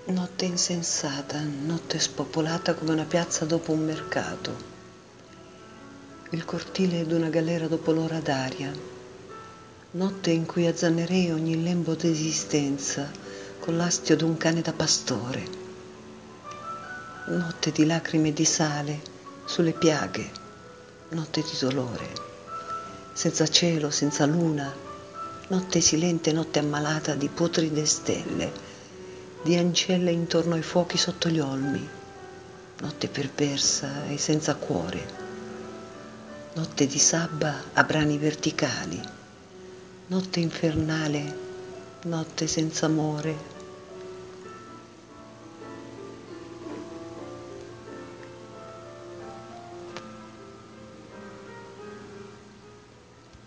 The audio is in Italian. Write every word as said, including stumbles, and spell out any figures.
Notte insensata, notte spopolata come una piazza dopo un mercato. Il cortile d'una galera dopo l'ora d'aria. Notte in cui azzannerei ogni lembo d'esistenza con l'astio d'un cane da pastore. Notte di lacrime di sale sulle piaghe. Notte di dolore. Senza cielo, senza luna. Notte silente, notte ammalata di putride stelle, di ancelle intorno ai fuochi sotto gli olmi, notte perversa e senza cuore, notte di sabba a brani verticali, notte infernale, notte senza amore.